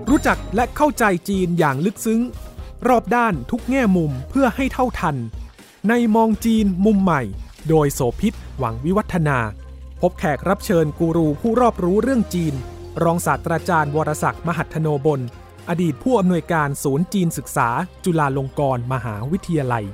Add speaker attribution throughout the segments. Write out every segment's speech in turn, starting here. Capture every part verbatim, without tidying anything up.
Speaker 1: รู้จักและเข้าใจจีนอย่างลึกซึ้งรอบด้านทุกแง่มุมเพื่อให้เท่าทันในมองจีนมุมใหม่โดยโสภิตหวังวิวัฒนาพบแขกรับเชิญกูรูผู้รอบรู้เรื่องจีนรองศาสตราจารย์วรศักดิ์มหัทโนบลอดีตผู้อำนวยการศูนย์จีนศึกษาจุฬาลงกรณ์มหาวิทยาลัย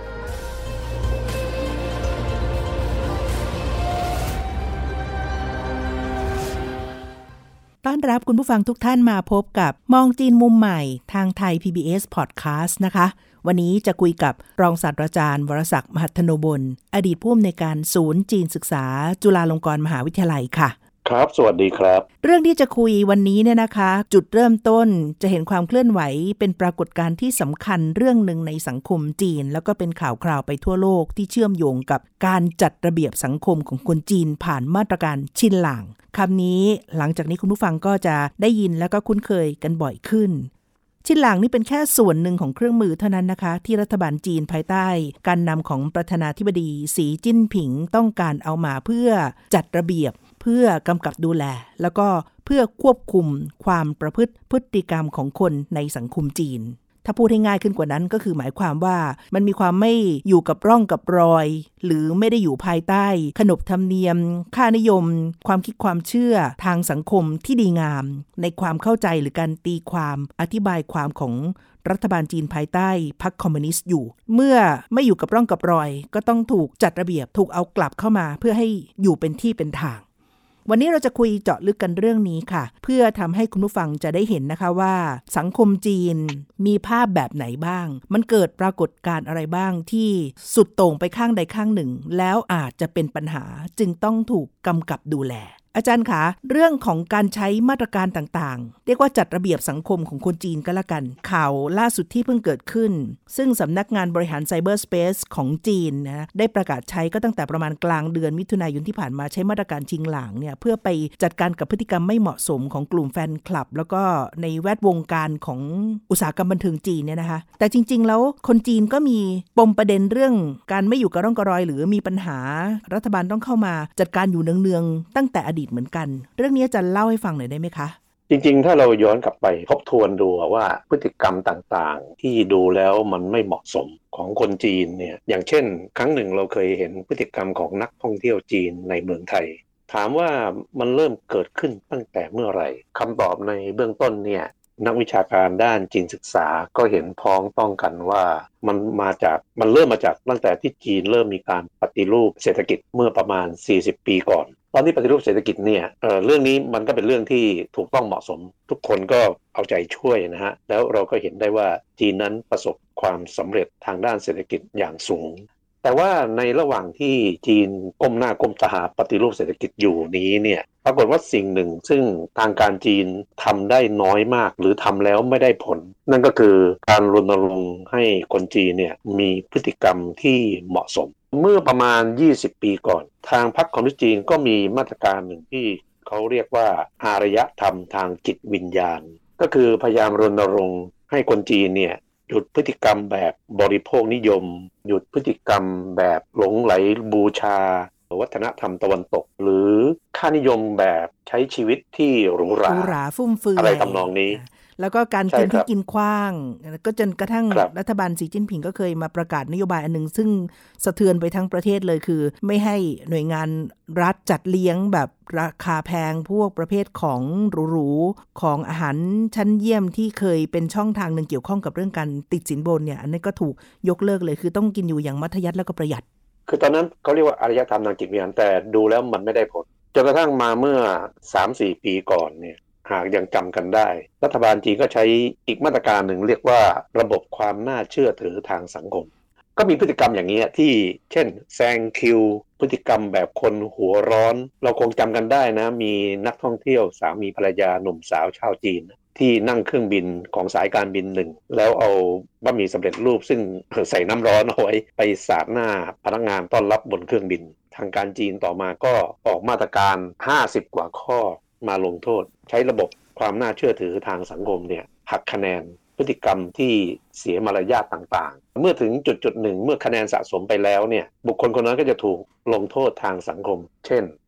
Speaker 2: ต้อนรับคุณผู้ฟังทุกท่านมาพบกับมองจีนมุมใหม่ทางไทย พี บี เอส Podcast นะคะวันนี้จะคุยกับรองศาสตราจารย์วรศักดิ์มหัทโนบลอดีตผู้อำนวยการศูนย์จีนศึกษาจุฬาลงกรณ์มหาวิทยาลัยค่ะ
Speaker 3: ครับสวัสดีครับ
Speaker 2: เรื่องที่จะคุยวันนี้เนี่ยนะคะจุดเริ่มต้นจะเห็นความเคลื่อนไหวเป็นปรากฏการณ์ที่สำคัญเรื่องหนึ่งในสังคมจีนแล้วก็เป็นข่าวคราวไปทั่วโลกที่เชื่อมโยงกับการจัดระเบียบสังคมของคนจีนผ่านมาตรการชินหลางคำนี้หลังจากนี้คุณผู้ฟังก็จะได้ยินแล้วก็คุ้นเคยกันบ่อยขึ้นชินหลางนี่เป็นแค่ส่วนหนึ่งของเครื่องมือเท่านั้นนะคะที่รัฐบาลจีนภายใต้การนำของประธานาธิบดีสีจิ้นผิงต้องการเอามาเพื่อจัดระเบียบเพื่อกำกับดูแลแล้วก็เพื่อควบคุมความประพฤติพฤติกรรมของคนในสังคมจีนถ้าพูดให้ง่ายขึ้นกว่านั้นก็คือหมายความว่ามันมีความไม่อยู่กับร่องกับรอยหรือไม่ได้อยู่ภายใต้ขนบธรรมเนียมค่านิยมความคิดความเชื่อทางสังคมที่ดีงามในความเข้าใจหรือการตีความอธิบายความของรัฐบาลจีนภายใต้พรรคคอมมิวนิสต์อยู่เมื่อไม่อยู่กับร่องกับรอยก็ต้องถูกจัดระเบียบถูกเอากลับเข้ามาเพื่อให้อยู่เป็นที่เป็นทางวันนี้เราจะคุยเจาะลึกกันเรื่องนี้ค่ะเพื่อทำให้คุณผู้ฟังจะได้เห็นนะคะว่าสังคมจีนมีภาพแบบไหนบ้างมันเกิดปรากฏการณ์อะไรบ้างที่สุดโต่งไปข้างใดข้างหนึ่งแล้วอาจจะเป็นปัญหาจึงต้องถูกกำกับดูแลอาจารย์คะเรื่องของการใช้มาตรการต่างๆเรียกว่าจัดระเบียบสังคมของคนจีนก็แล้วกันข่าวล่าสุดที่เพิ่งเกิดขึ้นซึ่งสำนักงานบริหารไซเบอร์สเปซของจีนนะได้ประกาศใช้ก็ตั้งแต่ประมาณกลางเดือนมิถุนายนที่ผ่านมาใช้มาตรการชิงหลางเนี่ยเพื่อไปจัดการกับพฤติกรรมไม่เหมาะสมของกลุ่มแฟนคลับแล้วก็ในแวดวงการของอุตสาหกรรมบันเทิงจีนเนี่ยนะคะแต่จริงๆแล้วคนจีนก็มีปมประเด็นเรื่องการไม่อยู่กับร่องกับรอยหรือมีปัญหารัฐบาลต้องเข้ามาจัดการอยู่เนืองๆตั้งแต่อดีตเหมือนกันเรื่องนี้จะเล่าให้ฟังหน่อยได้ไหมคะ
Speaker 3: จริงๆถ้าเราย้อนกลับไปทบทวนดูว่าพฤติกรรมต่างๆที่ดูแล้วมันไม่เหมาะสมของคนจีนเนี่ยอย่างเช่นครั้งหนึ่งเราเคยเห็นพฤติกรรมของนักท่องเที่ยวจีนในเมืองไทยถามว่ามันเริ่มเกิดขึ้นตั้งแต่เมื่อไหร่คำตอบในเบื้องต้นเนี่ยนักวิชาการด้านจีนศึกษาก็เห็นพ้องต้องกันว่ามันมาจากมันเริ่มมาจากตั้งแต่ที่จีนเริ่มมีการปฏิรูปเศรษฐกิจเมื่อประมาณสี่สิบปีก่อนตอนที่ปฏิรูปเศรษฐกิจเนี่ยเอ่อเรื่องนี้มันก็เป็นเรื่องที่ถูกต้องเหมาะสมทุกคนก็เอาใจช่วยนะฮะแล้วเราก็เห็นได้ว่าจีนนั้นประสบความสำเร็จทางด้านเศรษฐกิจอย่างสูงแต่ว่าในระหว่างที่จีนก้มหน้าก้มตาปฏิรูปเศรษฐกิจอยู่นี้เนี่ยปรากฏว่าสิ่งหนึ่งซึ่งทางการจีนทำได้น้อยมากหรือทำแล้วไม่ได้ผลนั่นก็คือการรณรงค์ให้คนจีนเนี่ยมีพฤติกรรมที่เหมาะสมเมื่อประมาณยี่สิบปีก่อนทางพรรคคอมมิวนิสต์จีนก็มีมาตรการหนึ่งที่เขาเรียกว่าอารยธรรมทางจิตวิญญาณก็คือพยายามรณรงค์ให้คนจีนเนี่ยหยุดพฤติกรรมแบบบริโภคนิยมหยุดพฤติกรรมแบบหลงไหลบูชาวัฒนธรรมตะวันตกหรือค่านิยมแบบใช้ชีวิตที่หรูหรา
Speaker 2: หรูหราฟุ่มเฟือย
Speaker 3: อะไรทำนองนี้
Speaker 2: แล้วก็การกินที่กินขว้างก็จนกระทั่งรัฐบาลสีจิ้นผิงก็เคยมาประกาศนโยบายอันนึงซึ่งสะเทือนไปทั้งประเทศเลยคือไม่ให้หน่วยงานรัฐจัดเลี้ยงแบบราคาแพงพวกประเภทของหรูๆของอาหารชั้นเยี่ยมที่เคยเป็นช่องทางนึงเกี่ยวข้องกับเรื่องการติดสินบนเนี่ยอันนี้ก็ถูกยกเลิกเลยคือต้องกินอยู่อย่างมัธยัสถ์แล้วก็ประหยัด
Speaker 3: คือตอนนั้นเขาเรียกว่าอารยธรรมทางจิตวิญญาณแต่ดูแล้วมันไม่ได้ผลจนกระทั่งมาเมื่อ สามถึงสี่ ปีก่อนเนี่ยหากยังจำกันได้รัฐบาลจีนก็ใช้อีกมาตรการหนึ่งเรียกว่าระบบความน่าเชื่อถือทางสังคมก็มีพฤติกรรมอย่างนี้ที่เช่นแซงคิวพฤติกรรมแบบคนหัวร้อนเราคงจำกันได้นะมีนักท่องเที่ยวสามีภรรยาหนุ่มสาวชาวจีนที่นั่งเครื่องบินของสายการบินหนึ่งแล้วเอาบะหมี่สำเร็จรูปซึ่งใส่น้ำร้อนเอาไว้ไปสาดหน้าพนักงานต้อนรับบนเครื่องบินทางการจีนต่อมาก็ออกมาตรการห้าสิบกว่าข้อมาลงโทษใช้ระบบความน่าเชื่อถือทางสังคมเนี่ยหักคะแนนพฤติกรรมที่เสียมารยาทต่างๆเมื่อถึงจุดๆหนึ่งเมื่อคะแนนสะสมไปแล้วเนี่ยบุคคลคนนั้นก็จะถูกลงโทษทางสังคมเช่น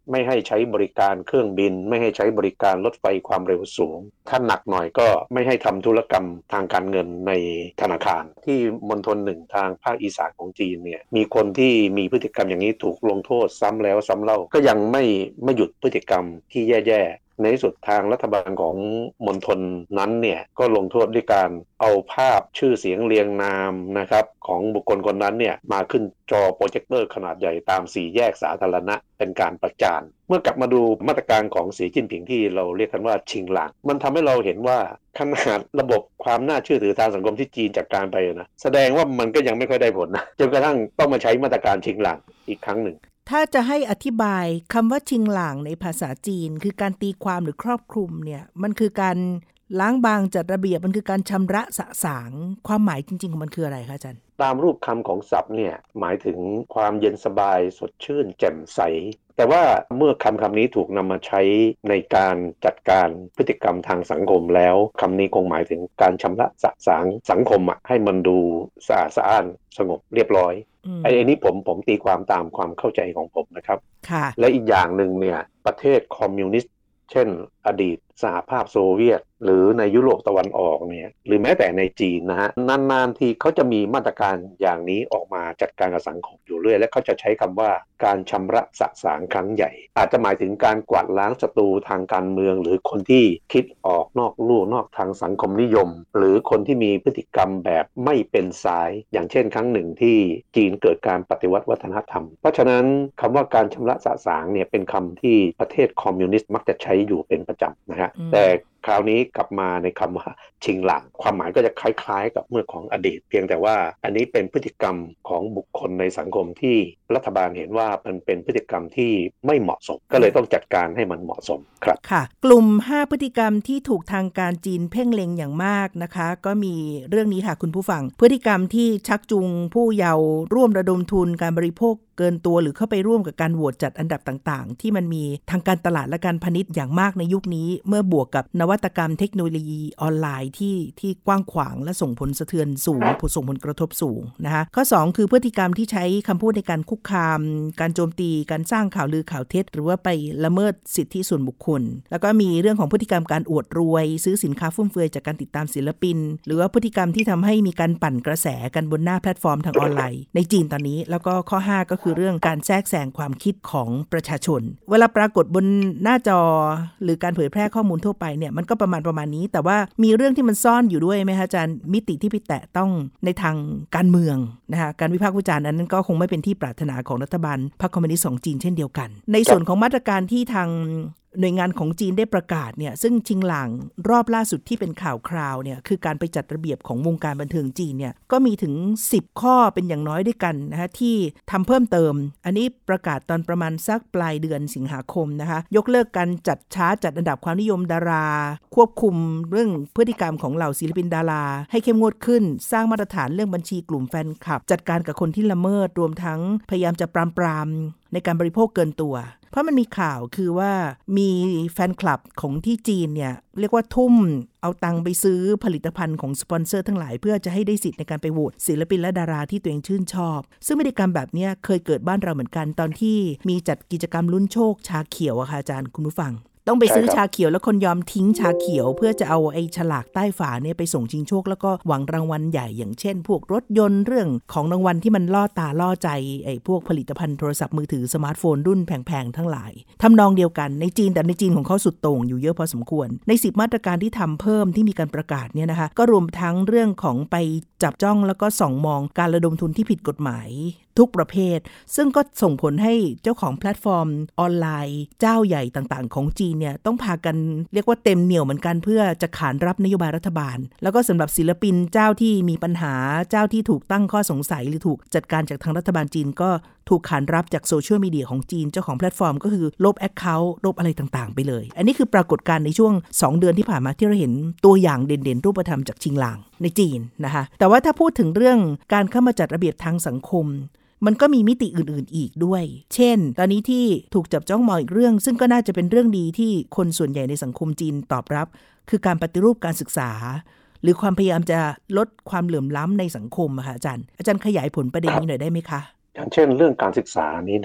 Speaker 3: ไม่ให้ใช้บริการเครื่องบินไม่ให้ใช้บริการรถไฟความเร็วสูงถ้าหนักหน่อยก็ไม่ให้ทำธุรกรรมทางการเงินในธนาคารที่มณฑลหนึ่งทางภาคอีสานของจีนเนี่ยมีคนที่มีพฤติกรรมอย่างนี้ถูกลงโทษซ้ำแล้วซ้ำเล่าก็ยังไม่ไม่หยุดพฤติกรรมที่แย่ๆในที่สุดทางรัฐบาลของมณฑลนั้นเนี่ยก็ลงโทษด้วยการเอาภาพชื่อเสียงเรียงนามนะครับของบุคคลคนนั้นเนี่ยมาขึ้นจอโปรเจคเตอร์ขนาดใหญ่ตามสี่แยกสาธารณะเป็นการประจานเมื่อกลับมาดูมาตรการของสีจิ้นผิงที่เราเรียกกันว่าชิงหลางมันทำให้เราเห็นว่าขนาดระบบความน่าเชื่อถือทางสังคมที่จีนจัดการไปนะแสดงว่ามันก็ยังไม่ค่อยได้ผลนะจนกระทั่งต้องมาใช้มาตรการชิงหลางอีกครั้งหนึ่ง
Speaker 2: ถ้าจะให้อธิบายคำว่าชิงหลางในภาษาจีนคือการตีความหรือครอบคลุมเนี่ยมันคือการล้างบางจัดระเบียบมันคือการชำระสะสางความหมายจริงๆของมันคืออะไรคะอาจารย์
Speaker 3: ตามรูปคำของศัพท์เนี่ยหมายถึงความเย็นสบายสดชื่นแจ่มใสแต่ว่าเมื่อคำคำนี้ถูกนำมาใช้ในการจัดการพฤติกรรมทางสังคมแล้วคำนี้คงหมายถึงการชำระสะสางสังคมอ่ะให้มันดูสะอาดสะอ้านสงบเรียบร้อยไอ้นี้ผมผมตีความตามความเข้าใจของผมนะครับและอีกอย่างหนึ่งเนี่ยประเทศคอมมิวนิสต์เช่นอดีตสหภาพโซเวียตหรือในยุโรปตะวันออกเนี่ยหรือแม้แต่ในจีนนะฮะนานๆที่เขาจะมีมาตรการอย่างนี้ออกมาจัดการกับสังคมอยู่เรื่อยและเขาจะใช้คำว่าการชำระสะสางครั้งใหญ่อาจจะหมายถึงการกวาดล้างศัตรูทางการเมืองหรือคนที่คิดออกนอกลู่นอกทางสังคมนิยมหรือคนที่มีพฤติกรรมแบบไม่เป็นสายอย่างเช่นครั้งหนึ่งที่จีนเกิดการปฏิวัติวัฒนธรรมเพราะฉะนั้นคำว่าการชำระสะสางเนี่ยเป็นคำที่ประเทศคอมมิวนิสต์มักจะใช้อยู่เป็นประจำนะฮะแต่คราวนี้กลับมาในคำว่าชิงหลางความหมายก็จะคล้ายๆกับเมื่อของอดีตเพียงแต่ว่าอันนี้เป็นพฤติกรรมของบุคคลในสังคมที่รัฐบาลเห็นว่ามันเป็นพฤติกรรมที่ไม่เหมาะสมก็เลยต้องจัดการให้มันเหมาะสมครับ
Speaker 2: ค่ะกลุ่มห้าพฤติกรรมที่ถูกทางการจีนเพ่งเล็งอย่างมากนะคะก็มีเรื่องนี้ค่ะคุณผู้ฟังพฤติกรรมที่ชักจูงผู้เยาว์ร่วมระดมทุนการบริโภคเกินตัวหรือเข้าไปร่วมกับการโหวตจัดอันดับต่างๆที่มันมีทางการตลาดและการพาณิชย์อย่างมากในยุคนี้เมื่อบวกกับนวัตกรรมเทคโนโลยีออนไลน์ที่ที่กว้างขวางและส่งผลสะเทือนสูงผลส่งผลกระทบสูงนะคะข้อสองคือพฤติกรรมที่ใช้คำพูดในการคุกคามการโจมตีการสร้างข่าวลือข่าวเท็จหรือว่าไปละเมิดสิทธิส่วนบุคคลแล้วก็มีเรื่องของพฤติกรรมการอวดรวยซื้อสินค้าฟุ่มเฟือยจากการติดตามศิลปินหรือว่าพฤติกรรมที่ทำให้มีการปั่นกระแสกันบนหน้าแพลตฟอร์มทางออนไลน์ในจีนตอนนี้แล้วก็ข้อห้าก็คือเรื่องการแทรกแซงความคิดของประชาชนเวลาปรากฏบนหน้าจอหรือการเผยแพร่ข้อมูลทั่วไปเนี่ยมันก็ประมาณประมาณนี้แต่ว่ามีเรื่องที่มันซ่อนอยู่ด้วยไหมคะอาจารย์มิติที่ไปแตะต้องในทางการเมืองนะคะการวิพากษ์วิจารณ์นั้นก็คงไม่เป็นที่ปรารถนาของรัฐบาลพรรคคอมมิวนิสต์ของจีนเช่นเดียวกันในส่วนของมาตรการที่ทางหน่วยงานของจีนได้ประกาศเนี่ยซึ่งชิงหลางรอบล่าสุดที่เป็นข่าวคราวเนี่ยคือการไปจัดระเบียบของวงการบันเทิงจีนเนี่ยก็มีถึงสิบข้อเป็นอย่างน้อยด้วยกันนะคะที่ทำเพิ่มเติมอันนี้ประกาศตอนประมาณสักปลายเดือนสิงหาคมนะคะยกเลิกการจัดชาร์ตจัดอันดับความนิยมดาราควบคุมเรื่องพฤติกรรมของเหล่าศิลปินดาราให้เข้มงวดขึ้นสร้างมาตรฐานเรื่องบัญชีกลุ่มแฟนคลับจัดการกับคนที่ละเมิดรวมทั้งพยายามจะปรามปรามในการบริโภคเกินตัวเพราะมันมีข่าวคือว่ามีแฟนคลับของที่จีนเนี่ยเรียกว่าทุ่มเอาตังไปซื้อผลิตภัณฑ์ของสปอนเซอร์ทั้งหลายเพื่อจะให้ได้สิทธิ์ในการไปโหวตศิลปินและดาราที่ตัวเองชื่นชอบซึ่งพฤติกรรมแบบนี้เคยเกิดบ้านเราเหมือนกันตอนที่มีจัดกิจกรรมลุ้นโชคชาเขียวอะค่ะอาจารย์คุณผู้ฟังต้องไปซื้อชาเขียวแล้วคนยอมทิ้งชาเขียวเพื่อจะเอาไอ้ฉลากใต้ฝาเนี่ยไปส่งชิงโชคแล้วก็หวังรางวัลใหญ่อย่างเช่นพวกรถยนต์เรื่องของรางวัลที่มันล่อตาล่อใจไอ้พวกผลิตภัณฑ์โทรศัพท์มือถือสมาร์ทโฟนรุ่นแพงๆทั้งหลายทำนองเดียวกันในจีนแต่ในจีนของเขาสุดโต่งอยู่เยอะพอสมควรในสิบมาตรการที่ทำเพิ่มที่มีการประกาศเนี่ยนะคะก็รวมทั้งเรื่องของไปจับจ้องแล้วก็ส่องมองการระดมทุนที่ผิดกฎหมายทุกประเภทซึ่งก็ส่งผลให้เจ้าของแพลตฟอร์มออนไลน์เจ้าใหญ่ต่างๆของจีนเนี่ยต้องพากันเรียกว่าเต็มเหนี่ยวเหมือนกันเพื่อจะขานรับนโยบายรัฐบาลแล้วก็สำหรับศิลปินเจ้าที่มีปัญหาเจ้าที่ถูกตั้งข้อสงสัยหรือถูกจัดการจากทางรัฐบาลจีนก็ถูกขานรับจากโซเชียลมีเดียของจีนเจ้าของแพลตฟอร์มก็คือลบแอคเคาท์ลบอะไรต่างๆไปเลยอันนี้คือปรากฏการณ์ในช่วงสองเดือนที่ผ่านมาที่เราเห็นตัวอย่างเด่นๆรูปธรรมจากชิงหลางในจีนนะคะแต่ว่าถ้าพูดถึงเรื่องการเข้ามาจัดระเบียบทางสังคมมันก็มีมิติอื่นๆอีกด้วยเช่นตอนนี้ที่ถูกจับจ้องมองอีกเรื่องซึ่งก็น่าจะเป็นเรื่องดีที่คนส่วนใหญ่ในสังคมจีนตอบรับคือการปฏิรูปการศึกษาหรือความพยายามจะลดความเหลื่อมล้ำในสังคมค่ะอาจารย์อาจารย์ขยายผลประเด็นนี้หน่อยได้ไหมคะ
Speaker 3: อย่างเช่นเรื่องการศึกษานี้นะครับ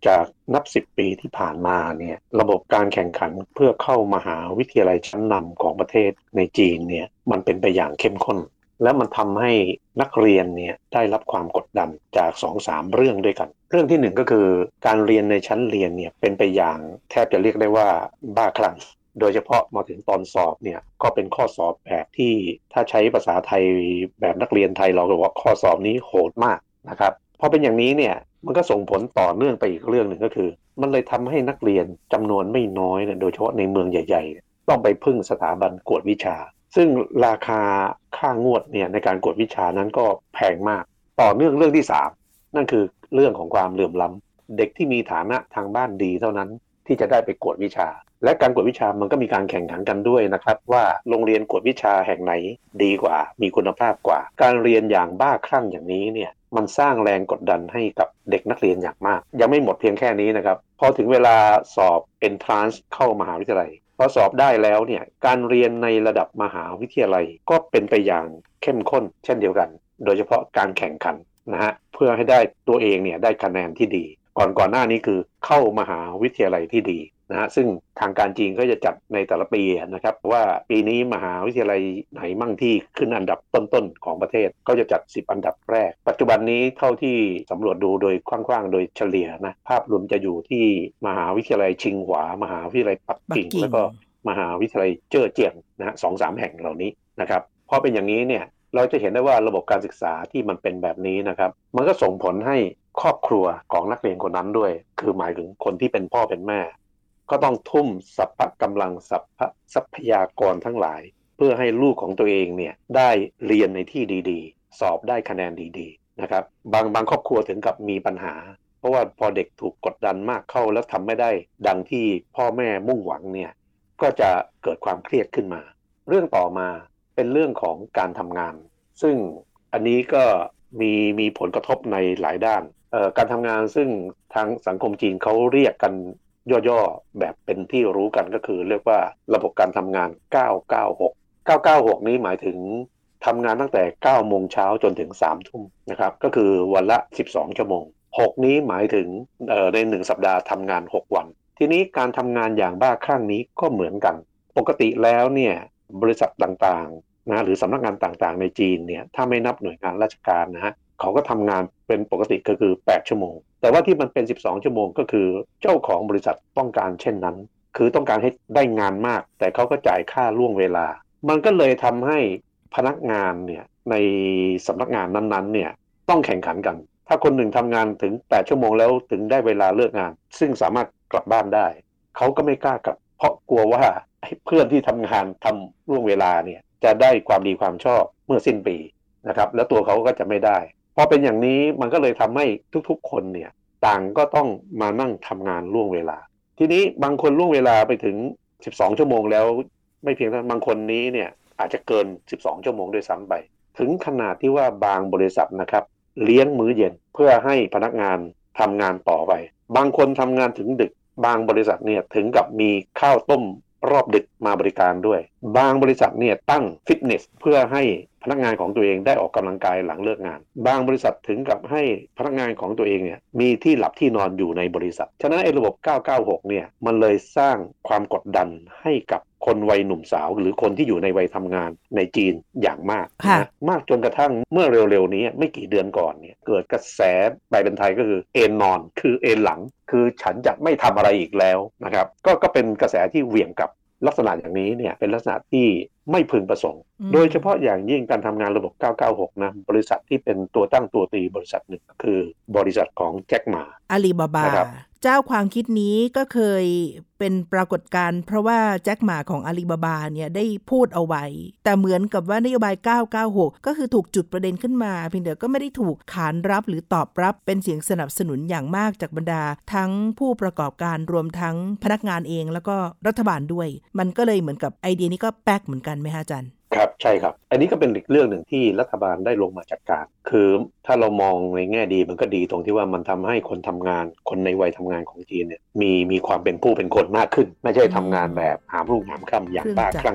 Speaker 3: จากนับสิบปีที่ผ่านมาเนี่ยระบบการแข่งขันเพื่อเข้ามหาวิทยาลัยชั้นนำของประเทศในจีนเนี่ยมันเป็นไปอย่างเข้มข้นและมันทำให้นักเรียนเนี่ยได้รับความกดดันจาก สองถึงสาม เรื่องด้วยกันเรื่องที่หนึ่งก็คือการเรียนในชั้นเรียนเนี่ยเป็นไปอย่างแทบจะเรียกได้ว่าบ้าคลั่งโดยเฉพาะมาถึงตอนสอบเนี่ยก็เป็นข้อสอบแบบที่ถ้าใช้ภาษาไทยแบบนักเรียนไทยเราก็บอกว่าข้อสอบนี้โหดมากนะครับพอเป็นอย่างนี้เนี่ยมันก็ส่งผลต่อเนื่องไปอีกเรื่องหนึ่งก็คือมันเลยทำให้นักเรียนจำนวนไม่น้อยเนี่ยโดยเฉพาะในเมืองใหญ่ๆต้องไปพึ่งสถาบันกวดวิชาซึ่งราคาค่างวดเนี่ยในการกวดวิชานั้นก็แพงมากต่อเนื่องเรื่องที่สามนั่นคือเรื่องของความเหลื่อมล้ำเด็กที่มีฐานะทางบ้านดีเท่านั้นที่จะได้ไปกวดวิชาและการกวดวิชามันก็มีการแข่งขันกันด้วยนะครับว่าโรงเรียนกวดวิชาแห่งไหนดีกว่ามีคุณภาพกว่าการเรียนอย่างบ้าคลั่งอย่างนี้เนี่ยมันสร้างแรงกดดันให้กับเด็กนักเรียนอย่างมากยังไม่หมดเพียงแค่นี้นะครับพอถึงเวลาสอบ Entrance เข้ามหาวิทยาลัยพอสอบได้แล้วเนี่ยการเรียนในระดับมหาวิทยาลัยก็เป็นไปอย่างเข้มข้นเช่นเดียวกันโดยเฉพาะการแข่งขันนะฮะเพื่อให้ได้ตัวเองเนี่ยได้คะแนนที่ดีก่อนก่อนหน้านี้คือเข้ามหาวิทยาลัยที่ดีนะฮะซึ่งทางการจีนก็จะจัดในแต่ละปีนะครับว่าปีนี้มหาวิทยาลัยไหนมั่งที่ขึ้นอันดับต้นๆของประเทศก็จะจัดสิบอันดับแรกปัจจุบันนี้เท่าที่สำรวจดูโดยกว้างๆโดยเฉลี่ยนะภาพรวมจะอยู่ที่มหาวิทยาลัยชิงหวามหาวิทยาลัยปักกิ่งแล้วก็มหาวิทยาลัยเจ้อเจียงนะฮะ สองถึงสาม แห่งเหล่านี้นะครับพอเป็นอย่างนี้เนี่ยเราจะเห็นได้ว่าระบบการศึกษาที่มันเป็นแบบนี้นะครับมันก็ส่งผลให้ครอบครัวของนักเรียนคนนั้นด้วยคือหมายถึงคนที่เป็นพ่อเป็นแม่ก็ต้องทุ่มสรรพกำลังสรรพทรัพยากรทั้งหลายเพื่อให้ลูกของตัวเองเนี่ยได้เรียนในที่ดีๆสอบได้คะแนนดีๆนะครับบางบางครอบครัวถึงกับมีปัญหาเพราะว่าพอเด็กถูกกดดันมากเข้าแล้วทำไม่ได้ดังที่พ่อแม่มุ่งหวังเนี่ยก็จะเกิดความเครียดขึ้นมาเรื่องต่อมาเป็นเรื่องของการทำงานซึ่งอันนี้ก็มีมีผลกระทบในหลายด้านเอ่อการทำงานซึ่งทางสังคมจีนเขาเรียกกันย่อๆแบบเป็นที่รู้กันก็คือเรียกว่าระบบการทำงานเก้าเก้าหก เก้าเก้าหกนี้หมายถึงทำงานตั้งแต่เก้าโมงเช้าจนถึงสามทุ่มนะครับก็คือวันละสิบสองชั่วโมงหกนี้หมายถึงเอ่อในหนึ่งสัปดาห์ทำงานหกวันทีนี้การทำงานอย่างบ้าคลั่งนี้ก็เหมือนกันปกติแล้วเนี่ยบริษัทต่างๆนะหรือสำนักงานต่างๆในจีนเนี่ยถ้าไม่นับหน่วยงานราชการนะฮะเขาก็ทำงานเป็นปกติก็คือแปดชั่วโมงแต่ว่าที่มันเป็นสิบสองชั่วโมงก็คือเจ้าของบริษัทต้องการเช่นนั้นคือต้องการให้ได้งานมากแต่เขาก็จ่ายค่าล่วงเวลามันก็เลยทำให้พนักงานเนี่ยในสำนักงานนั้นๆเนี่ยต้องแข่งขันกันถ้าคนหนึ่งทำงานถึงแปดชั่วโมงแล้วถึงได้เวลาเลิกงานซึ่งสามารถกลับบ้านได้เขาก็ไม่กล้ากลับเพราะกลัวว่าเพื่อนที่ทำงานทำล่วงเวลาเนี่ยจะได้ความดีความชอบเมื่อสิ้นปีนะครับแล้วตัวเขาก็จะไม่ได้พอเป็นอย่างนี้มันก็เลยทำให้ทุกๆคนเนี่ยต่างก็ต้องมานั่งทำงานล่วงเวลาทีนี้บางคนล่วงเวลาไปถึงสิบสองชั่วโมงแล้วไม่เพียงเท่านั้นบางคนนี้เนี่ยอาจจะเกินสิบสองชั่วโมงด้วยซ้ำไปถึงขนาดที่ว่าบางบริษัทนะครับเลี้ยงมื้อเย็นเพื่อให้พนักงานทำงานต่อไปบางคนทำงานถึงดึกบางบริษัทเนี่ยถึงกับมีข้าวต้มรอบดึกมาบริการด้วยบางบริษัทเนี่ยตั้งฟิตเนสเพื่อให้พนักงานของตัวเองได้ออกกำลังกายหลังเลิกงานบางบริษัทถึงกับให้พนักงานของตัวเองเนี่ยมีที่หลับที่นอนอยู่ในบริษัทฉะนั้นไอ้ระบบเก้าเก้าหกเนี่ยมันเลยสร้างความกดดันให้กับคนวัยหนุ่มสาวหรือคนที่อยู่ในวัยทำงานในจีนอย่างมากนะมากจนกระทั่งเมื่อเร็วๆนี้ไม่กี่เดือนก่อนเนี่ยเกิดกระแสแปลเป็นไทยก็คือเอนนอนคือเอนหลังคือฉันจะไม่ทำอะไรอีกแล้วนะครับก็ก็เป็นกระแสที่เหวี่ยงกับลักษณะอย่างนี้เนี่ยเป็นลักษณะที่ไม่พึงประสงค์โดยเฉพาะอย่างยิ่งการทำงานระบบเก้าเก้าหกนะบริษัทที่เป็นตัวตั้งตัวตีบริษัทหนึ่งคือบริษัทของแจ็คหม่า
Speaker 2: อาลีบาบาเจ้าความคิดนี้ก็เคยเป็นปรากฏการณ์เพราะว่าแจ็คหม่าของอาลีบาบาเนี่ยได้พูดเอาไว้แต่เหมือนกับว่านโยบายเก้าเก้าหกก็คือถูกจุดประเด็นขึ้นมาเพียงแต่ก็ไม่ได้ถูกขานรับหรือตอบรับเป็นเสียงสนับสนุนอย่างมากจากบรรดาทั้งผู้ประกอบการรวมทั้งพนักงานเองแล้วก็รัฐบาลด้วยมันก็เลยเหมือนกับไอเดียนี้ก็แป๊กเหมือนกันไหมฮะอาจารย์
Speaker 3: ครับใช่ครับอันนี้ก็เป็นอีกเรื่องหนึ่งที่รัฐบาลได้ลงมาจัดการคือถ้าเรามองในแง่ดีมันก็ดีตรงที่ว่ามันทำให้คนทำงานคนในวัยทำงานของจีนเนี่ยมีมีความเป็นผู้เป็นคนมากขึ้นไม่ใช่ทำงานแบบหามรุ่งหามค่ำอย่างบ้าคลั่ง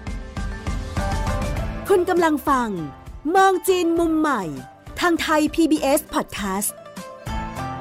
Speaker 4: คุณกำลังฟังมองจีนมุมใหม่ทางไทย พี บี เอส Podcast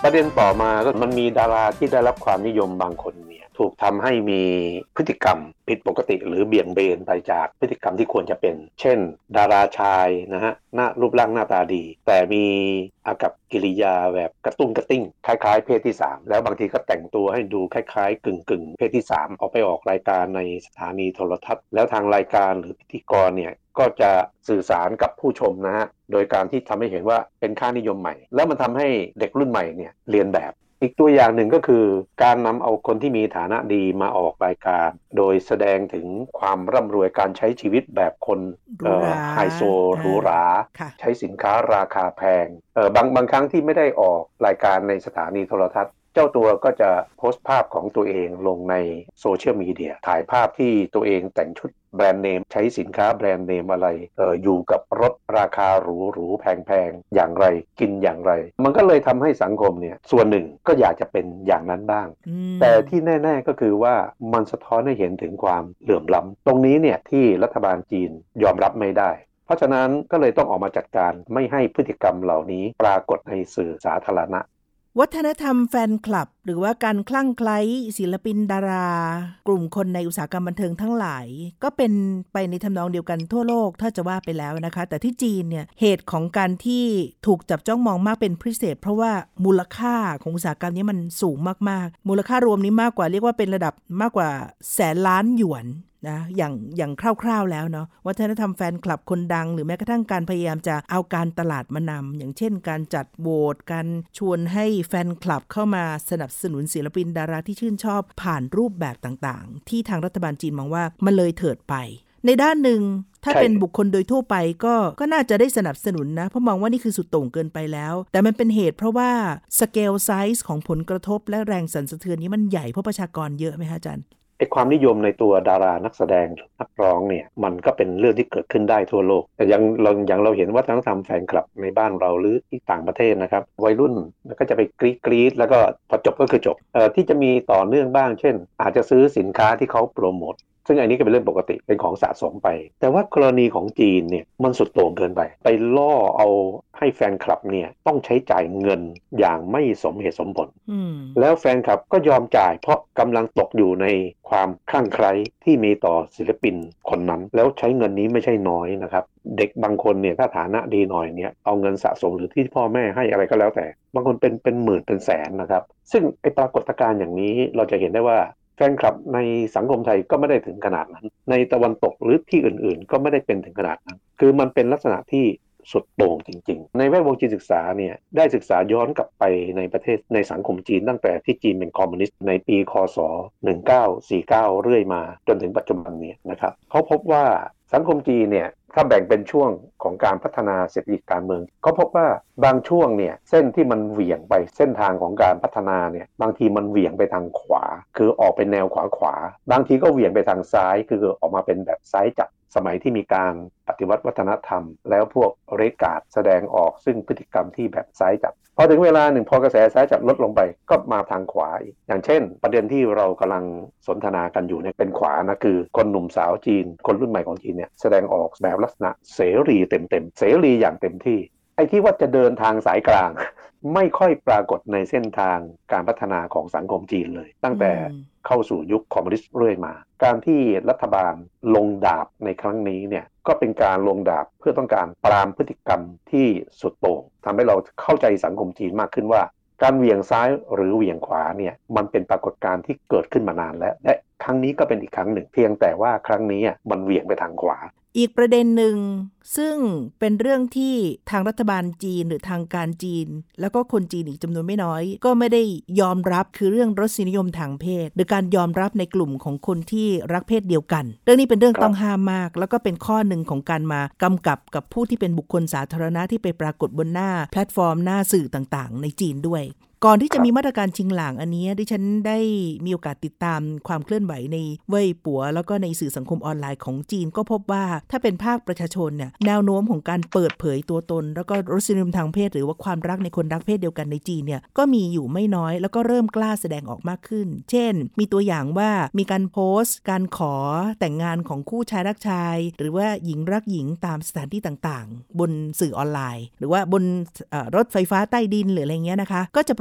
Speaker 3: ประเด็นต่อมาก็มันมีดาราที่ได้รับความนิยมบางคนเนี่ยถูกทำให้มีพฤติกรรมผิดปกติหรือเบี่ยงเบนไปจากพฤติกรรมที่ควรจะเป็นเช่นดาราชายนะฮะหน้ารูปร่างหน้าตาดีแต่มีอากัปกิริยาแบบกระตุ้งกระติ้งคล้ายๆเพศที่สามแล้วบางทีก็แต่งตัวให้ดูคล้ายๆกึ่งๆเพศที่สามออกไปออกรายการในสถานีโทรทัศน์แล้วทางรายการหรือพิธีกรเนี่ยก็จะสื่อสารกับผู้ชมนะฮะโดยการที่ทำให้เห็นว่าเป็นค่านิยมใหม่แล้วมันทำให้เด็กรุ่นใหม่เนี่ยเรียนแบบอีกตัวอย่างหนึ่งก็คือการนำเอาคนที่มีฐานะดีมาออกรายการโดยแสดงถึงความร่ำรวยการใช้ชีวิตแบบคนไฮโซหรูหราใช้สินค้าราคาแพงเออบางบางครั้งที่ไม่ได้ออกรายการในสถานีโทรทัศน์เจ้าตัวก็จะโพสต์ภาพของตัวเองลงในโซเชียลมีเดียถ่ายภาพที่ตัวเองแต่งชุดแบรนด์เนมใช้สินค้าแบรนด์เนมอะไรเอออยู่กับรถราคาหรูหรูแพงๆอย่างไรกินอย่างไรมันก็เลยทำให้สังคมเนี่ยส่วนหนึ่งก็อยากจะเป็นอย่างนั้นบ้างแต่ที่แน่ๆก็คือว่ามันสะท้อนให้เห็นถึงความเหลื่อมล้ำตรงนี้เนี่ยที่รัฐบาลจีนยอมรับไม่ได้เพราะฉะนั้นก็เลยต้องออกมาจัดการไม่ให้พฤติกรรมเหล่านี้ปรากฏในสื่อสาธารณะ
Speaker 2: วัฒนธรรมแฟนคลับหรือว่าการคลั่งไคล้ศิลปินดารากลุ่มคนในอุตสาหกรรมบันเทิงทั้งหลายก็เป็นไปในทำนองเดียวกันทั่วโลกถ้าจะว่าไปแล้วนะคะแต่ที่จีนเนี่ยเหตุของการที่ถูกจับจ้องมองมากเป็นพิเศษเพราะว่ามูลค่าของอุตสาหกรรมนี้มันสูงมากๆมูลค่ารวมนี้มากกว่าเรียกว่าเป็นระดับมากกว่าแสนล้านหยวนนะอย่างอย่างคร่าวๆแล้วเนาะวัฒนธรรมแฟนคลับคนดังหรือแม้กระทั่งการพยายามจะเอาการตลาดมานำอย่างเช่นการจัดโหวตการชวนให้แฟนคลับเข้ามาสนับสนุนศิลปินดาราที่ชื่นชอบผ่านรูปแบบต่างๆที่ทางรัฐบาลจีนมองว่ามันเลยเถิดไปในด้านหนึ่งถ้าเป็นบุคคลโดยทั่วไปก็ก็น่าจะได้สนับสนุนนะเพราะมองว่านี่คือสุดโต่งเกินไปแล้วแต่มันเป็นเหตุเพราะว่าสเกลไซส์ของผลกระทบและแรงสั่นสะเทือนนี้มันใหญ่เพราะประชากรเยอะไหมคะอาจารย์
Speaker 3: ไอ้ความนิยมในตัวดารานักแสดงนักร้องเนี่ยมันก็เป็นเรื่องที่เกิดขึ้นได้ทั่วโลกแต่ยังเราอย่างเราเห็นว่าวัฒนธรรมแฟนคลับในบ้านเราหรือที่ต่างประเทศนะครับวัยรุ่นก็จะไปกรี๊ดกรี๊ดแล้วก็พอจบก็คือจบเอ่อที่จะมีต่อเนื่องบ้างเช่นอาจจะซื้อสินค้าที่เขาโปรโมทซึ่งอันนี้ก็เป็นเรื่องปกติเป็นของสะสมไปแต่ว่ากรณีของจีนเนี่ยมันสุดโต่งเกินไปไปล่อเอาให้แฟนคลับเนี่ยต้องใช้จ่ายเงินอย่างไม่สมเหตุสมผลแล้วแฟนคลับก็ยอมจ่ายเพราะกำลังตกอยู่ในความคลั่งไคล้ที่มีต่อศิลปินคนนั้นแล้วใช้เงินนี้ไม่ใช่น้อยนะครับเด็กบางคนเนี่ยถ้าฐานะดีหน่อยเนี่ยเอาเงินสะสมหรือที่พ่อแม่ให้อะไรก็แล้วแต่บางคนเป็นเป็นหมื่นเป็นแสนนะครับซึ่งไอ้ปรากฏการณ์อย่างนี้เราจะเห็นได้ว่าแฟนคลับในสังคมไทยก็ไม่ได้ถึงขนาดนั้นในตะวันตกหรือที่อื่นๆก็ไม่ได้เป็นถึงขนาดนั้นคือมันเป็นลักษณะที่สุดโต่งจริงๆในแวดวงจีนศึกษาเนี่ยได้ศึกษาย้อนกลับไปในประเทศในสังคมจีนตั้งแต่ที่จีนเป็นคอมมิวนิสต์ในปีค.ศ.หนึ่งพันเก้าร้อยสี่สิบเก้าเรื่อยมาจนถึงปัจจุบันนี้นะครับเขาพบว่าสังคมจีนเนี่ยถ้าแบ่งเป็นช่วงของการพัฒนาเศรษฐกิจการเมืองก็พบว่าบางช่วงเนี่ยเส้นที่มันเหวี่ยงไปเส้นทางของการพัฒนาเนี่ยบางทีมันเหวี่ยงไปทางขวาคือออกเป็นแนวขวาขวาบางทีก็เหวี่ยงไปทางซ้ายคือออกมาเป็นแบบซ้ายจัดสมัยที่มีการปฏิวัติวัฒนธรรมแล้วพวกเรดการ์ดแสดงออกซึ่งพฤติกรรมที่แบบซ้ายจัดพอถึงเวลาหนึ่งพอกระแสซ้ายจัดลดลงไปก็มาทางขวาอีกอย่างเช่นประเด็นที่เรากำลังสนทนากันอยู่เนี่ยเป็นขวานะคือคนหนุ่มสาวจีนคนรุ่นใหม่ของจีนเนี่ยแสดงออกแบบลักษณะเสรีเต็มๆเสรีอย่างเต็มที่ไอ้ที่ว่าจะเดินทางสายกลางไม่ค่อยปรากฏในเส้นทางการพัฒนาของสังคมจีนเลยตั้งแต่เข้าสู่ยุคคอมมิวนิสต์เรื่อยมาการที่รัฐบาลลงดาบในครั้งนี้เนี่ยก็เป็นการลงดาบเพื่อต้องการปรามพฤติกรรมที่สุดโต่งทำให้เราเข้าใจสังคมจีนมากขึ้นว่าการเหวี่ยงซ้ายหรือเหวี่ยงขวาเนี่ยมันเป็นปรากฏการณ์ที่เกิดขึ้นมานานแล้วและครั้งนี้ก็เป็นอีกครั้งหนึ่งเพียงแต่ว่าครั้งนี้มันเหวี่ยงไปทางขวา
Speaker 2: อีกประเด็นหนึ่งซึ่งเป็นเรื่องที่ทางรัฐบาลจีนหรือทางการจีนแล้วก็คนจีนอีกจำนวนไม่น้อยก็ไม่ได้ยอมรับคือเรื่องรสนิยมทางเพศหรือการยอมรับในกลุ่มของคนที่รักเพศเดียวกันเรื่องนี้เป็นเรื่องต้องห้ามมากแล้วก็เป็นข้อหนึ่งของการมากำกับกับผู้ที่เป็นบุคคลสาธารณะที่ไปปรากฏบนหน้าแพลตฟอร์มหน้าสื่อต่างๆในจีนด้วยก่อนที่จะมีมาตรการชิงหลางอันนี้ดิฉันได้มีโอกาสติดตามความเคลื่อนไหวในเว่ยปัวแล้วก็ในสื่อสังคมออนไลน์ของจีนก็พบว่าถ้าเป็นภาคประชาชนเนี่ยแนวโน้มของการเปิดเผยตัวตนแล้วก็รสนิยมทางเพศหรือว่าความรักในคนรักเพศเดียวกันในจีนเนี่ยก็มีอยู่ไม่น้อยแล้วก็เริ่มกล้าแสดงออกมากขึ้นเช่นมีตัวอย่างว่ามีการโพสต์การขอแต่งงานของคู่ชายรักชายหรือว่าหญิงรักหญิงตามสถานที่ต่างๆบนสื่อออนไลน์หรือว่าบนรถไฟฟ้าใต้ดินหรืออะไรเงี้ยนะคะก็จะป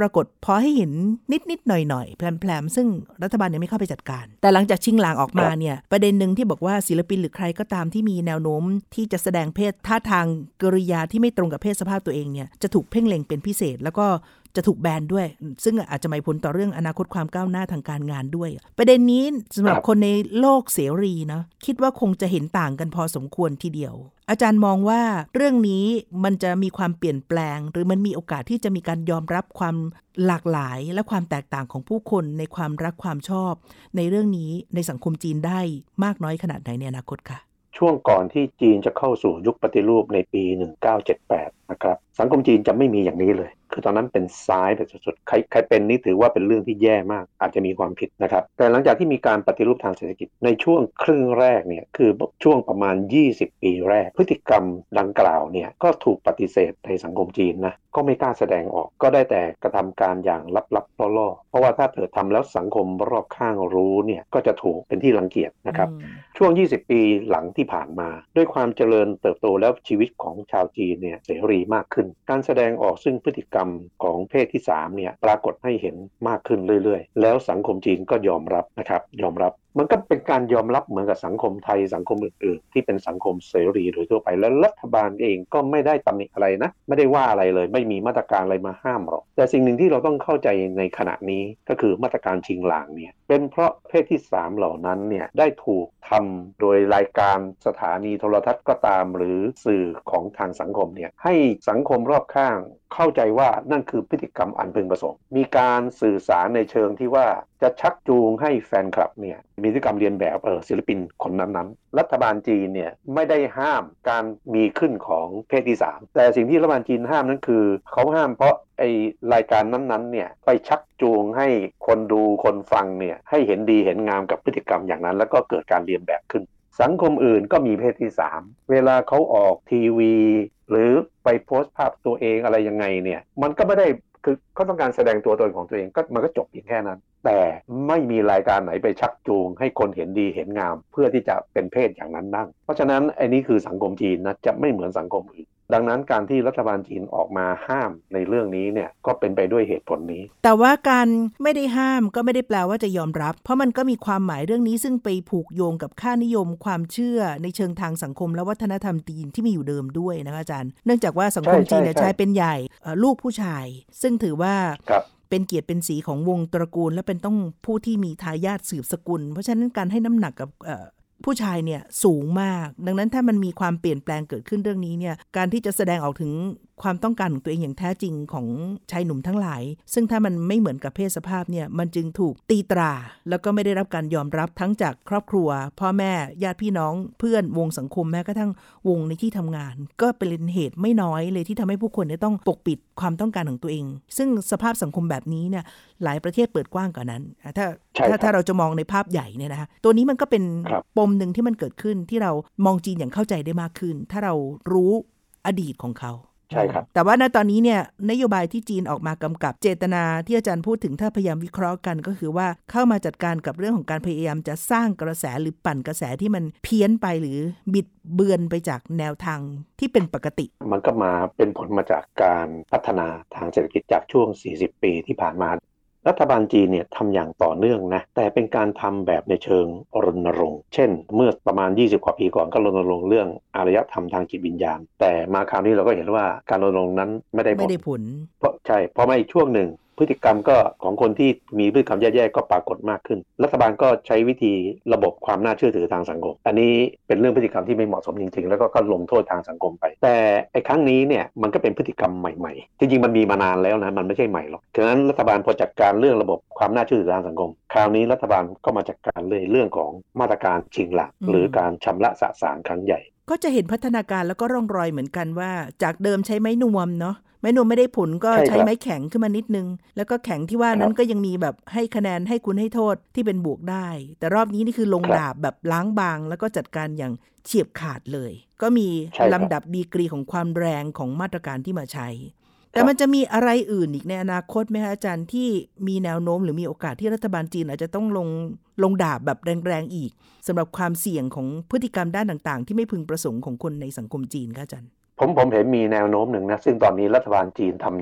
Speaker 2: รากฏพอให้เห็นนิดๆหน่อยๆแพลมๆซึ่งรัฐบาลยังไม่เข้าไปจัดการแต่หลังจากชิงหลางออกมาเนี่ยประเด็นนึงที่บอกว่าศิลปินหรือใครก็ตามที่มีแนวโน้มที่จะแสดงเพศท่าทางกริยาที่ไม่ตรงกับเพศสภาพตัวเองเนี่ยจะถูกเพ่งเล็งเป็นพิเศษแล้วก็จะถูกแบนด้วยซึ่งอาจจะมีผลต่อเรื่องอนาคตความก้าวหน้าทางการงานด้วยประเด็นนี้สำหรับคนในโลกเสรีนะคิดว่าคงจะเห็นต่างกันพอสมควรทีเดียวอาจารย์มองว่าเรื่องนี้มันจะมีความเปลี่ยนแปลงหรือมันมีโอกาสที่จะมีการยอมรับความหลากหลายและความแตกต่างของผู้คนในความรักความชอบในเรื่องนี้ในสังคมจีนได้มากน้อยขนาดไหนในอนาคตคะ
Speaker 3: ช่วงก่อนที่จีนจะเข้าสู่ยุคปฏิรูปในปีหนึ่งเก้าเจ็ดแปดนะครับสังคมจีนจะไม่มีอย่างนี้เลยคือตอนนั้นเป็นซ้ายแบบสุดๆใครใครเป็นนี่ถือว่าเป็นเรื่องที่แย่มากอาจจะมีความผิดนะครับแต่หลังจากที่มีการปฏิรูปทางเศรษฐกิจในช่วงครึ่งแรกเนี่ยคือช่วงประมาณยี่สิบปีแรกพฤติกรรมดังกล่าวเนี่ยก็ถูกปฏิเสธในสังคมจีนนะก็ไม่กล้าแสดงออกก็ได้แต่กระทำการอย่างลับๆล่อๆเพราะว่าถ้าเกิดทำแล้วสังคมรอบข้างรู้เนี่ยก็จะถูกเป็นที่รังเกียจนะครับช่วงยี่สิบปีหลังที่ผ่านมาด้วยความเจริญเติบโตแล้วชีวิตของชาวจีนเนี่ยเสรีมากขึ้นการแสดงออกซึ่งพฤติกรรมของเพศที่สามเนี่ยปรากฏให้เห็นมากขึ้นเรื่อยๆแล้วสังคมจีนก็ยอมรับนะครับยอมรับมันก็เป็นการยอมรับเหมือนกับสังคมไทยสังคมอื่นๆที่เป็นสังคมเสรีโดยทั่วไปแล้วรัฐบาลเองก็ไม่ได้ตำหนิอะไรนะไม่ได้ว่าอะไรเลยไม่มีมาตรการอะไรมาห้ามหรอกแต่สิ่งหนึ่งที่เราต้องเข้าใจในขณะนี้ก็คือมาตรการชิงหลางเนี่ยเป็นเพราะเพศที่สามเหล่านั้นเนี่ยได้ถูกทำโดยรายการสถานีโทรทัศน์ก็ตามหรือสื่อของทางสังคมเนี่ยให้สังคมรอบข้างเข้าใจว่านั่นคือพฤติกรรมอันพึงประสงค์มีการสื่อสารในเชิงที่ว่าจะชักจูงให้แฟนคลับเนี่ยมีพฤติกรรมเรียนแบบเออศิลปินคนนั้นๆรัฐบาลจีนเนี่ยไม่ได้ห้ามการมีขึ้นของเพศที่สามแต่สิ่งที่รัฐบาลจีนห้ามนั้นคือเขาห้ามเพราะไอรายการนั้นๆเนี่ยไปชักจูงให้คนดูคนฟังเนี่ยให้เห็นดีเห็นงามกับพฤติกรรมอย่างนั้นแล้วก็เกิดการเรียนแบบขึ้นสังคมอื่นก็มีเพศที่สามเวลาเขาออกทีวีหรือไปโพสต์ภาพตัวเองอะไรยังไงเนี่ยมันก็ไม่ได้คือเขาต้องการแสดงตัวตนของตัวเองก็มันก็จบเพียงแค่นั้นแต่ไม่มีรายการไหนไปชักจูงให้คนเห็นดีเห็นงามเพื่อที่จะเป็นเพศอย่างนั้นบ้างเพราะฉะนั้นไอ้นี้คือสังคมจีนนะจะไม่เหมือนสังคมอื่นดังนั้นการที่รัฐบาลจีนออกมาห้ามในเรื่องนี้เนี่ยก็เป็นไปด้วยเหตุผลนี้
Speaker 2: แต่ว่าการไม่ได้ห้ามก็ไม่ได้แปลว่าจะยอมรับเพราะมันก็มีความหมายเรื่องนี้ซึ่งไปผูกโยงกับค่านิยมความเชื่อในเชิงทางสังคมและวัฒนธรรมจีนที่มีอยู่เดิมด้วยนะคะอาจารย์เนื่องจากว่าสังคมจีนเนี่ยใช้เป็นใหญ่ลูกผู้ชายซึ่งถือว่าเป็นเกียรติเป็นสีของวงตระกูลและเป็นต้องผู้ที่มีทายาทสืบสกุลเพราะฉะนั้นการให้น้ำหนักกับผู้ชายเนี่ยสูงมากดังนั้นถ้ามันมีความเปลี่ยนแปลงเกิดขึ้นเรื่องนี้เนี่ยการที่จะแสดงออกถึงความต้องการของตัวเองอย่างแท้จริงของชายหนุ่มทั้งหลายซึ่งถ้ามันไม่เหมือนกับเพศสภาพเนี่ยมันจึงถูกตีตราแล้วก็ไม่ได้รับการยอมรับทั้งจากครอบครัวพ่อแม่ญาติพี่น้องเพื่อนวงสังคมแม้กระทั่งวงในที่ทำงานก็เป็นเหตุไม่น้อยเลยที่ทำให้ผู้คนต้องปกปิดความต้องการของตัวเองซึ่งสภาพสังคมแบบนี้เนี่ยหลายประเทศเปิดกว้างกว่านั้นถ้าถ้าถ้าเราจะมองในภาพใหญ่เนี่ยนะคะตัวนี้มันก็เป็นปมหนึ่งที่มันเกิดขึ้นที่เรามองจีนอย่างเข้าใจได้มากขึ้นถ้าเรารู้อดีตของเขา
Speaker 3: ใช่ครับ
Speaker 2: แต่ว่าณตอนนี้เนี่ยนโยบายที่จีนออกมากำกับเจตนาที่อาจารย์พูดถึงถ้าพยายามวิเคราะห์กันก็คือว่าเข้ามาจัดการกับเรื่องของการพยายามจะสร้างกระแสหรือปั่นกระแสที่มันเพี้ยนไปหรือบิดเบือนไปจากแนวทางที่เป็นปกติ
Speaker 3: มันก็มาเป็นผลมาจากการพัฒนาทางเศรษฐกิจจากช่วงสี่สิบปีที่ผ่านมารัฐบาลจีนเนี่ยทำอย่างต่อเนื่องนะแต่เป็นการทำแบบในเชิงรณรงค์เช่นเมื่อประมาณยี่สิบกว่าปีก่อนก็รณรงค์เรื่องอารยธรรมทางจิตวิญญาณแต่มาคราวนี้เราก็เห็นว่าการรณรงค์นั้นไม่ได้ผล
Speaker 2: ไม่ได้ผล
Speaker 3: เพราะใช่เพราะมาอีกช่วงหนึ่งพฤติกรรมก็ของคนที่มีพฤติกรรมแย่ๆก็ปรากฏมากขึ้นรัฐบาลก็ใช้วิธีระบบความน่าเชื่อถือทางสังคมอันนี้เป็นเรื่องพฤติกรรมที่ไม่เหมาะสมจริงๆแล้วก็ก็ลงโทษทางสังคมไปแต่ไอ้ครั้งนี้เนี่ยมันก็เป็นพฤติกรรมใหม่ๆจริงๆมันมีมานานแล้วนะมันไม่ใช่ใหม่หรอกฉะนั้นรัฐบาลพอจัดการเรื่องระบบความน่าเชื่อถือทางสังคมคราวนี้รัฐบาลก็มาจัดการเลยเรื่องของมาตรการชิงหลักหรือการชำระสะสางครั้งใหญ่
Speaker 2: ก็จะเห็นพัฒนาการแล้วก็ร่องรอยเหมือนกันว่าจากเดิมใช้ไม้นวมเนาะไม้นวมไม่ได้ผลก็ใช้ไม้แข็งขึ้นมานิดนึงแล้วก็แข็งที่ว่านั้นก็ยังมีแบบให้คะแนนให้คุณให้โทษที่เป็นบวกได้แต่รอบนี้นี่คือลงดาบแบบล้างบางแล้วก็จัดการอย่างเฉียบขาดเลยก็มีลำดับดีกรีของความแรงของมาตรการที่มาใช้แต่มันจะมีอะไรอื่นอีกในอนาคตไหมคะอาจารย์ที่มีแนวโน้มหรือมีโอกาสที่รัฐบาลจีนอาจจะต้องลงลงดาบแบบแรงๆอีกสำหรับความเสี่ยงของพฤติกรรมด้านต่างๆที่ไม่พึงประสงค์ของคนในสังคมจีนคะอาจารย์
Speaker 3: ผมผมเห็นมีแนวโน้มหนึ่งนะซึ่งตอนนี้รัฐบาลจีนทำอยู่แต่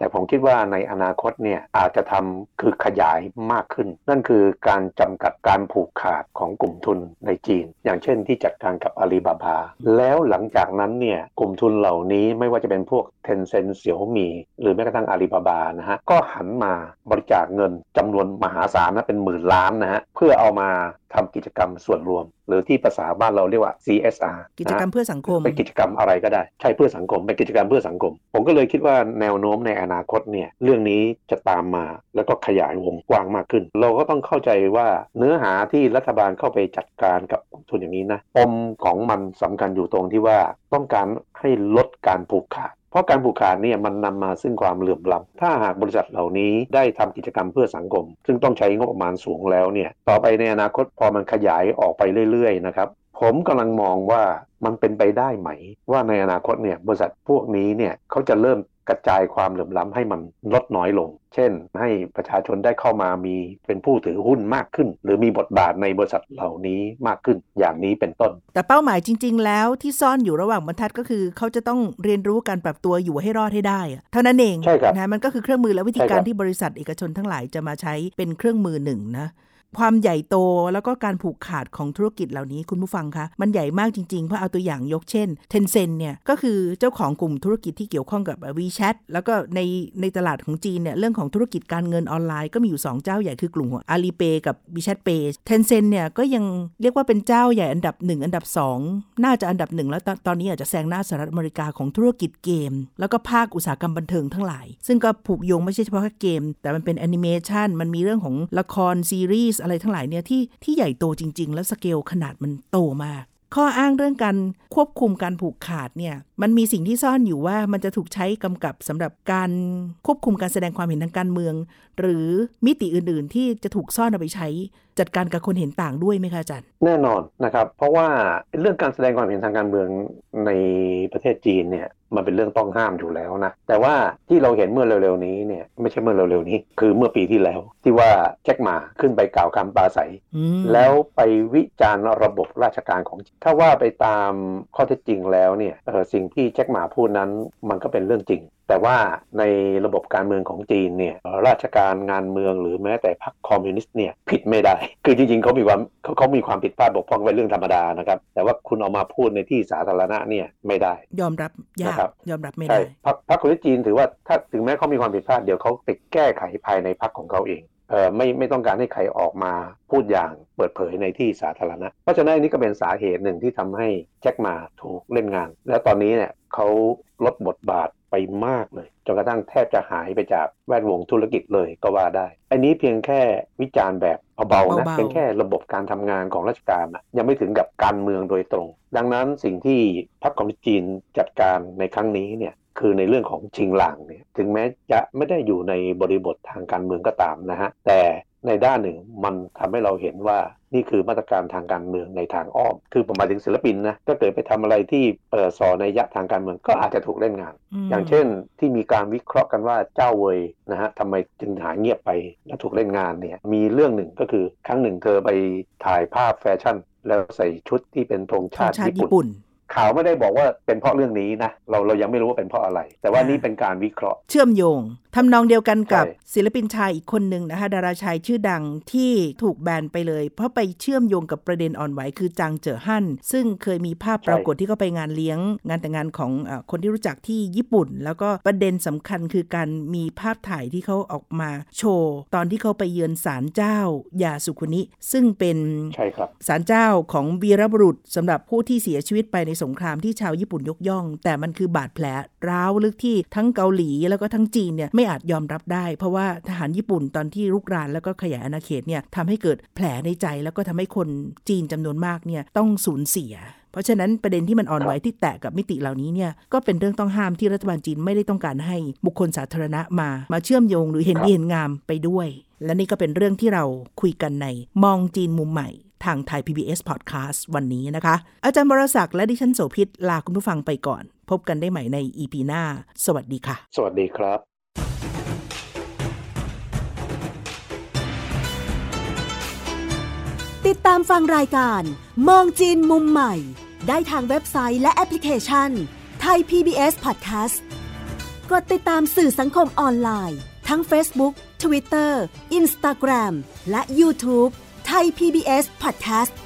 Speaker 3: แต่ผมคิดว่าในอนาคตเนี่ยอาจจะทำคือขยายมากขึ้นนั่นคือการจำกัดการผูกขาดของกลุ่มทุนในจีนอย่างเช่นที่จัดการกับอาลีบาบาแล้วหลังจากนั้นเนี่ยกลุ่มทุนเหล่านี้ไม่ว่าจะเป็นพวก Tencent เสี่ยวหมี่หรือแม้กระทั่งอาลีบาบานะฮะก็หันมาบริจาคเงินจำนวนมหาศาลนะเป็นหมื่นล้านนะฮะเพื่อเอามาทำกิจกรรมส่วนรวมหรือที่ภาษาบ้านเราเรียกว่า ซี เอส อาร์
Speaker 2: กิจกรรมเพื่อสังคม
Speaker 3: เป็นกิจกรรมอะไรก็ได้ใช่เพื่อสังคมเป็นกิจกรรมเพื่อสังคมผมก็เลยคิดว่าแนวโน้มในอนาคตเนี่ยเรื่องนี้จะตามมาแล้วก็ขยายวงกว้างมากขึ้นเราก็ต้องเข้าใจว่าเนื้อหาที่รัฐบาลเข้าไปจัดการกับกลุ่มทุนอย่างนี้นะปมของมันสำคัญอยู่ตรงที่ว่าต้องการให้ลดการผูกขาดเพราะการผูกขาดเนี่ยมันนำมาซึ่งความเหลื่อมล้ำถ้าหากบริษัทเหล่านี้ได้ทำกิจกรรมเพื่อสังคมซึ่งต้องใช้งบประมาณสูงแล้วเนี่ยต่อไปในอนาคตพอมันขยายออกไปเรื่อยๆนะครับผมกำลังมองว่ามันเป็นไปได้ไหมว่าในอนาคตเนี่ยบริษัทพวกนี้เนี่ยเขาจะเริ่มกระจายความเหลื่อมล้ำให้มันลดน้อยลงเช่นให้ประชาชนได้เข้ามามีเป็นผู้ถือหุ้นมากขึ้นหรือมีบทบาทในบริษัทเหล่านี้มากขึ้นอย่างนี้เป็นต้น
Speaker 2: แต่เป้าหมายจริงๆแล้วที่ซ่อนอยู่ระหว่างบรรทัดก็คือเขาจะต้องเรียนรู้การปรับตัวอยู่ให้รอดให้ได้เท่านั้นเอง
Speaker 3: ใช่ครับ
Speaker 2: นะมันก็คือเครื่องมือและวิธีการที่บริษัทเอกชนทั้งหลายจะมาใช้เป็นเครื่องมือหนึ่งนะความใหญ่โตแล้วก็การผูกขาดของธุรกิจเหล่านี้คุณผู้ฟังคะมันใหญ่มากจริงๆเพราะเอาตัวอย่างยกเช่น Tencent เนี่ยก็คือเจ้าของกลุ่มธุรกิจที่เกี่ยวข้องกับ WeChat แล้วก็ในในตลาดของจีนเนี่ยเรื่องของธุรกิจการเงินออนไลน์ก็มีอยู่สองเจ้าใหญ่คือกลุ่มของ Alipay กับ WeChat Pay Tencent เนี่ยก็ยังเรียกว่าเป็นเจ้าใหญ่อันดับหนึ่งอันดับสองน่าจะอันดับหนึ่งแล้วตอนนี้อาจจะแซงหน้าสหรัฐอเมริกาของธุรกิจเกมแล้วก็ภาคอุตสาหกรรมบันเทิงทั้งหลายซึ่งก็ผูกโยงไม่ใช่เฉพาะแค่เกมแต่มันเป็นแอนิเมชันมันมีเรื่องของละครซีรีส์อะไรทั้งหลายเนี่ยที่ที่ใหญ่โตจริงๆแล้วสเกลขนาดมันโตมากข้ออ้างเรื่องการควบคุมการผูกขาดเนี่ยมันมีสิ่งที่ซ่อนอยู่ว่ามันจะถูกใช้กำกับสำหรับการควบคุมการแสดงความเห็นทางการเมืองหรือมิติอื่นๆที่จะถูกซ่อนเอาไปใช้จัดการกับคนเห็นต่างด้วยไหมคะอาจารย์
Speaker 3: แน่นอนนะครับเพราะว่าเรื่องการแสดงความเห็นทางการเมืองในประเทศจีนเนี่ยมันเป็นเรื่องต้องห้ามอยู่แล้วนะแต่ว่าที่เราเห็นเมื่อเร็วๆนี้เนี่ยไม่ใช่เมื่อเร็วๆนี้คือเมื่อปีที่แล้วที่ว่าแจ็คหม่าขึ้นไปกล่าวคำปราศัยแล้วไปวิจารณ์ระบบราชการของถ้าว่าไปตามข้อเท็จจริงแล้วเนี่ยสิ่งที่แจ็คหม่าพูดนั้นมันก็เป็นเรื่องจริงแต่ว่าในระบบการเมืองของจีนเนี่ยราชการงานเมืองหรือแม้แต่พรรคคอมมิวนิสต์เนี่ยผิดไม่ได้คือจริงๆเขามีความเขาเขามีความผิดพลาดบกพร่องเป็นเรื่องธรรมดานะครับแต่ว่าคุณเอามาพูดในที่สาธารณะเนี่ยไม่ได้
Speaker 2: ยอมรับยากยอมรับไม่ได้
Speaker 3: ใช่พรรคพรรคคอมมิวนิสต์จีนถือว่าถ้าถึงแม้เขามีความผิดพลาดเดี๋ยวเขาไปแก้ไขภายในพรรคของเขาเองเอ่อไม่ไม่ต้องการให้ใครออกมาพูดอย่างเปิดเผยในที่สาธารณะเพราะฉะนั้นนี่ก็เป็นสาเหตุหนึ่งที่ทำให้แจ็คหม่าถูกเล่นงานและตอนนี้เนี่ยเขาลดบทบาทไปมากเลยจนกระทั่งแทบจะหายไปจากแวดวงธุรกิจเลยก็ว่าได้อันนี้เพียงแค่วิจารณ์แบบเบาๆนะเพียงแค่ระบบการทำงานของราชการนะยังไม่ถึงกับการเมืองโดยตรงดังนั้นสิ่งที่พรรคคอมมิวนิสต์จีนจัดการในครั้งนี้เนี่ยคือในเรื่องของชิงหลางเนี่ยถึงแม้จะไม่ได้อยู่ในบริบททางการเมืองก็ตามนะฮะแต่ในด้านหนึ่งมันทำให้เราเห็นว่านี่คือมาตรการทางการเมืองในทางอ้อมคือผมหมายถึงศิลปินนะก็เกิดไปทำอะไรที่เปิดส่อในยะทางการเมืองก็อาจจะถูกเล่นงาน อ, อย่างเช่นที่มีการวิเคราะห์กันว่าเจ้าเวยนะฮะทำไมจึงหายเงียบไปและถูกเล่นงานเนี่ยมีเรื่องหนึ่งก็คือครั้งหนึ่งเธอไปถ่ายภาพแฟชั่นแล้วใส่ชุดที่เป็นธงชาติญี่ปุ่นข่าวไม่ได้บอกว่าเป็นเพราะเรื่องนี้นะเราเรายังไม่รู้ว่าเป็นเพราะอะไรแต่ว่านี่เป็นการวิเคราะห์
Speaker 2: เชื่อมโยงทำนองเดียวกันกับศิลปินชายอีกคนหนึ่งนะคะดาราชายชื่อดังที่ถูกแบนไปเลยเพราะไปเชื่อมโยงกับประเด็นอ่อนไหวคือจางเจ๋อฮั่นซึ่งเคยมีภาพปรากฏที่เขาไปงานเลี้ยงงานแต่งงานของเอ่อคนที่รู้จักที่ญี่ปุ่นแล้วก็ประเด็นสำคัญคือการมีภาพถ่ายที่เขาออกมาโชว์ตอนที่เขาไปเยือนศาลเจ้ายาสุคุนิซึ่งเป็นศาลเจ้าของวีรบุรุษสำหรับผู้ที่เสียชีวิตไปในสงครามที่ชาวญี่ปุ่นยกย่องแต่มันคือบาดแผลร้าวลึกที่ทั้งเกาหลีแล้วก็ทั้งจีนเนี่ยไม่อาจยอมรับได้เพราะว่าทหารญี่ปุ่นตอนที่รุกรานแล้วก็ขยายอาณาเขตเนี่ยทำให้เกิดแผลในใจแล้วก็ทำให้คนจีนจำนวนมากเนี่ยต้องสูญเสียเพราะฉะนั้นประเด็นที่มันอ่อนไหวที่แตะกับมิติเหล่านี้เนี่ยก็เป็นเรื่องต้องห้ามที่รัฐบาลจีนไม่ได้ต้องการให้บุคคลสาธารณะมามาเชื่อมโยงหรือเห็นดีเห็นงามไปด้วยและนี่ก็เป็นเรื่องที่เราคุยกันในมองจีนมุมใหม่ทางไทย พี บี เอส Podcast วันนี้นะคะอาจารย์วรศักดิ์และดิฉันโสภิตลาคุณผู้ฟังไปก่อนพบกันได้ใหม่ใน อี พี หน้าสวัสดีค่ะ
Speaker 3: สวัสดีครับ
Speaker 4: ติดตามฟังรายการมองจีนมุมใหม่ได้ทางเว็บไซต์และแอปพลิเคชันไทย พี บี เอส Podcast กดติดตามสื่อสังคมออนไลน์ทั้ง Facebook Twitter Instagram และ YouTube ไทย พี บี เอส Podcast